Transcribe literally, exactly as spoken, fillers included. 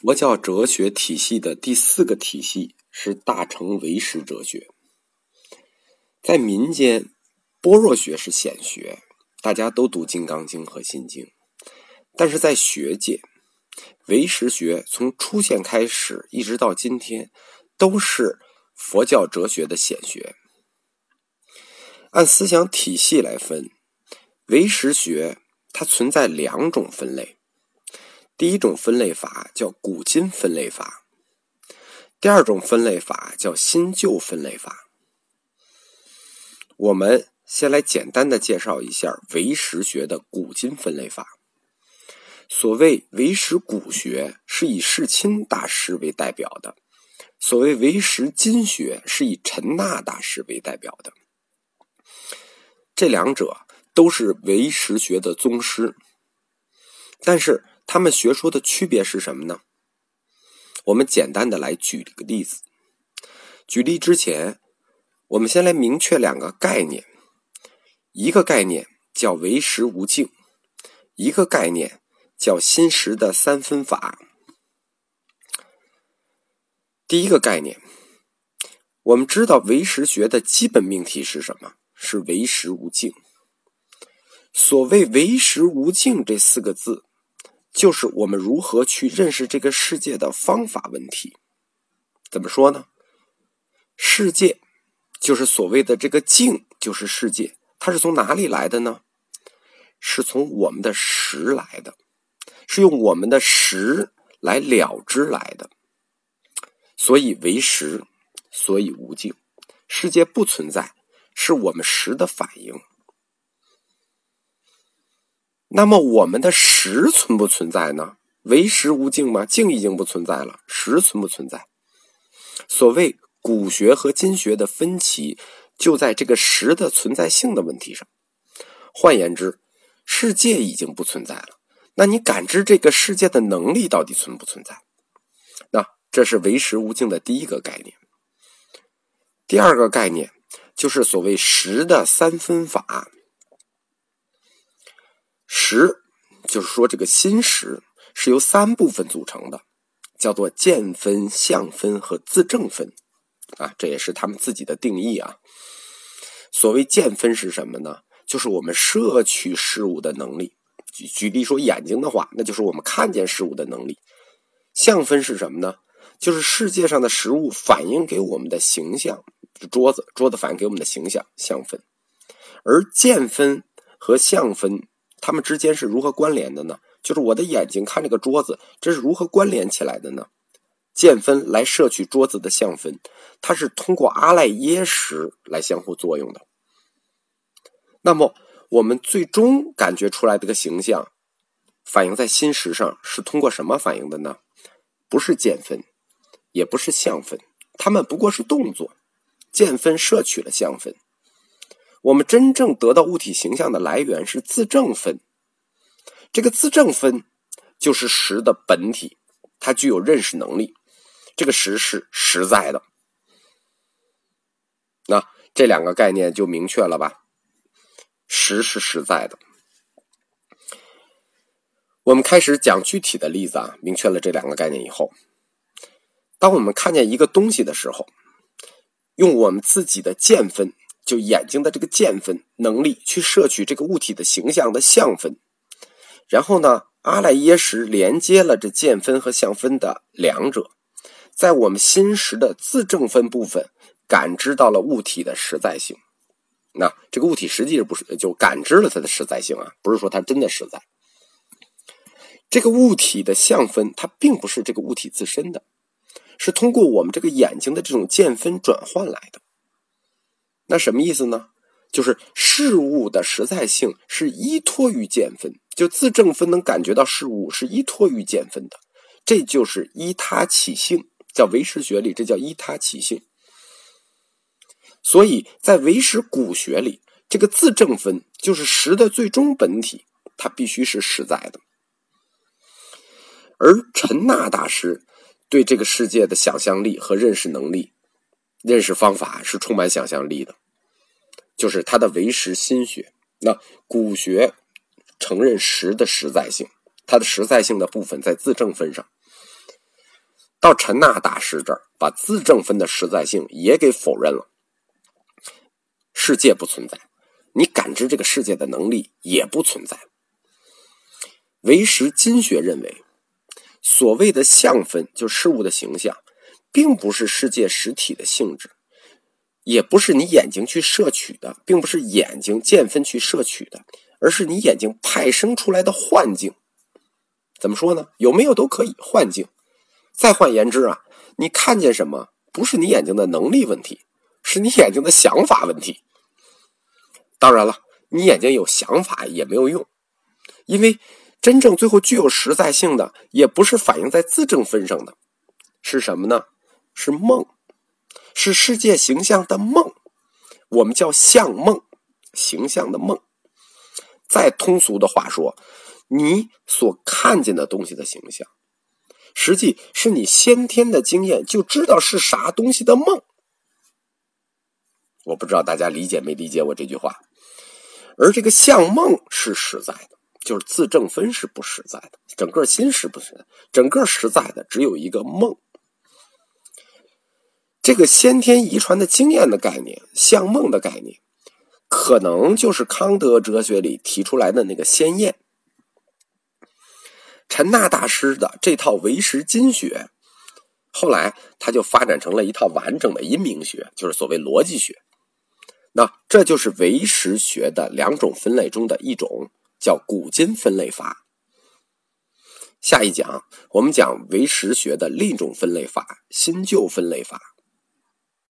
佛教哲学体系的第四个体系是大乘唯识哲学。在民间，般若学是显学，大家都读《金刚经》和《心经》，但是在学界，唯识学从出现开始一直到今天，都是佛教哲学的显学。按思想体系来分，唯识学它存在两种分类。第一种分类法叫古今分类法，第二种分类法叫新旧分类法。我们先来简单的介绍一下唯识学的古今分类法。所谓唯识古学是以世亲大师为代表的，所谓唯识今学是以陈那大师为代表的。这两者都是唯识学的宗师，但是他们学说的区别是什么呢？我们简单的来举个例子。举例之前，我们先来明确两个概念。一个概念叫唯识无境，一个概念叫心识的三分法。第一个概念，我们知道唯识学的基本命题是什么？是唯识无境。所谓唯识无境这四个字，就是我们如何去认识这个世界的方法问题。怎么说呢？世界就是所谓的这个境，就是世界，它是从哪里来的呢？是从我们的识来的，是用我们的识来了知来的。所以唯识，所以无境。世界不存在，是我们识的反应。那么我们的识存不存在呢？唯识无境吗？境已经不存在了，识存不存在？所谓古学和今学的分歧，就在这个识的存在性的问题上。换言之，世界已经不存在了，那你感知这个世界的能力到底存不存在？那这是唯识无境的第一个概念。第二个概念就是所谓识的三分法。识就是说这个心识是由三部分组成的，叫做见分、相分和自证分啊，这也是他们自己的定义啊。所谓见分是什么呢？就是我们摄取事物的能力。举举例说眼睛的话，那就是我们看见事物的能力。相分是什么呢？就是世界上的食物反映给我们的形象，桌子桌子反映给我们的形象，相分。而见分和相分它们之间是如何关联的呢？就是我的眼睛看这个桌子，这是如何关联起来的呢？见分来摄取桌子的相分，它是通过阿赖耶识来相互作用的。那么我们最终感觉出来这个形象反映在心识上是通过什么反映的呢？不是见分，也不是相分，它们不过是动作。见分摄取了相分，我们真正得到物体形象的来源是自证分。这个自证分就是识的本体，它具有认识能力，这个识是实在的。那这两个概念就明确了吧？识是实在的。我们开始讲具体的例子啊，明确了这两个概念以后，当我们看见一个东西的时候，用我们自己的见分，就眼睛的这个见分能力去摄取这个物体的形象的相分，然后呢，阿赖耶识连接了这见分和相分的两者，在我们心识的自证分部分感知到了物体的实在性。那这个物体实际不是就感知了它的实在性啊，不是说它真的实在。这个物体的相分它并不是这个物体自身的，是通过我们这个眼睛的这种见分转换来的。那什么意思呢？就是事物的实在性是依托于见分，就自证分能感觉到事物是依托于见分的，这就是依他起性，叫唯识学里这叫依他起性。所以在唯识古学里，这个自证分就是识的最终本体，它必须是实在的。而陈那大师对这个世界的想象力和认识能力、认识方法是充满想象力的，就是他的唯识心学。那古学承认识的实在性，它的实在性的部分在自证分上。 到陈那大师这儿，把自证分的实在性也给否认了。世界不存在，你感知这个世界的能力也不存在。唯识经学认为，所谓的相分，就事物的形象，并不是世界实体的性质，也不是你眼睛去摄取的，并不是眼睛见分去摄取的，而是你眼睛派生出来的幻境。怎么说呢？有没有都可以，幻境。再换言之啊，你看见什么，不是你眼睛的能力问题，是你眼睛的想法问题。当然了，你眼睛有想法也没有用，因为真正最后具有实在性的，也不是反映在自证分上的，是什么呢？是梦，是世界形象的梦，我们叫相梦，形象的梦。再通俗的话说，你所看见的东西的形象，实际是你先天的经验就知道是啥东西的梦。我不知道大家理解没理解我这句话。而这个相梦是实在的，就是自证分是不实在的，整个心是不实在的，整个实在的只有一个梦。这个先天遗传的经验的概念，相梦的概念，可能就是康德哲学里提出来的那个先验。陈那大师的这套唯识经学，后来他就发展成了一套完整的因明学，就是所谓逻辑学。那这就是唯识学的两种分类中的一种，叫古今分类法。下一讲我们讲唯识学的另一种分类法，新旧分类法。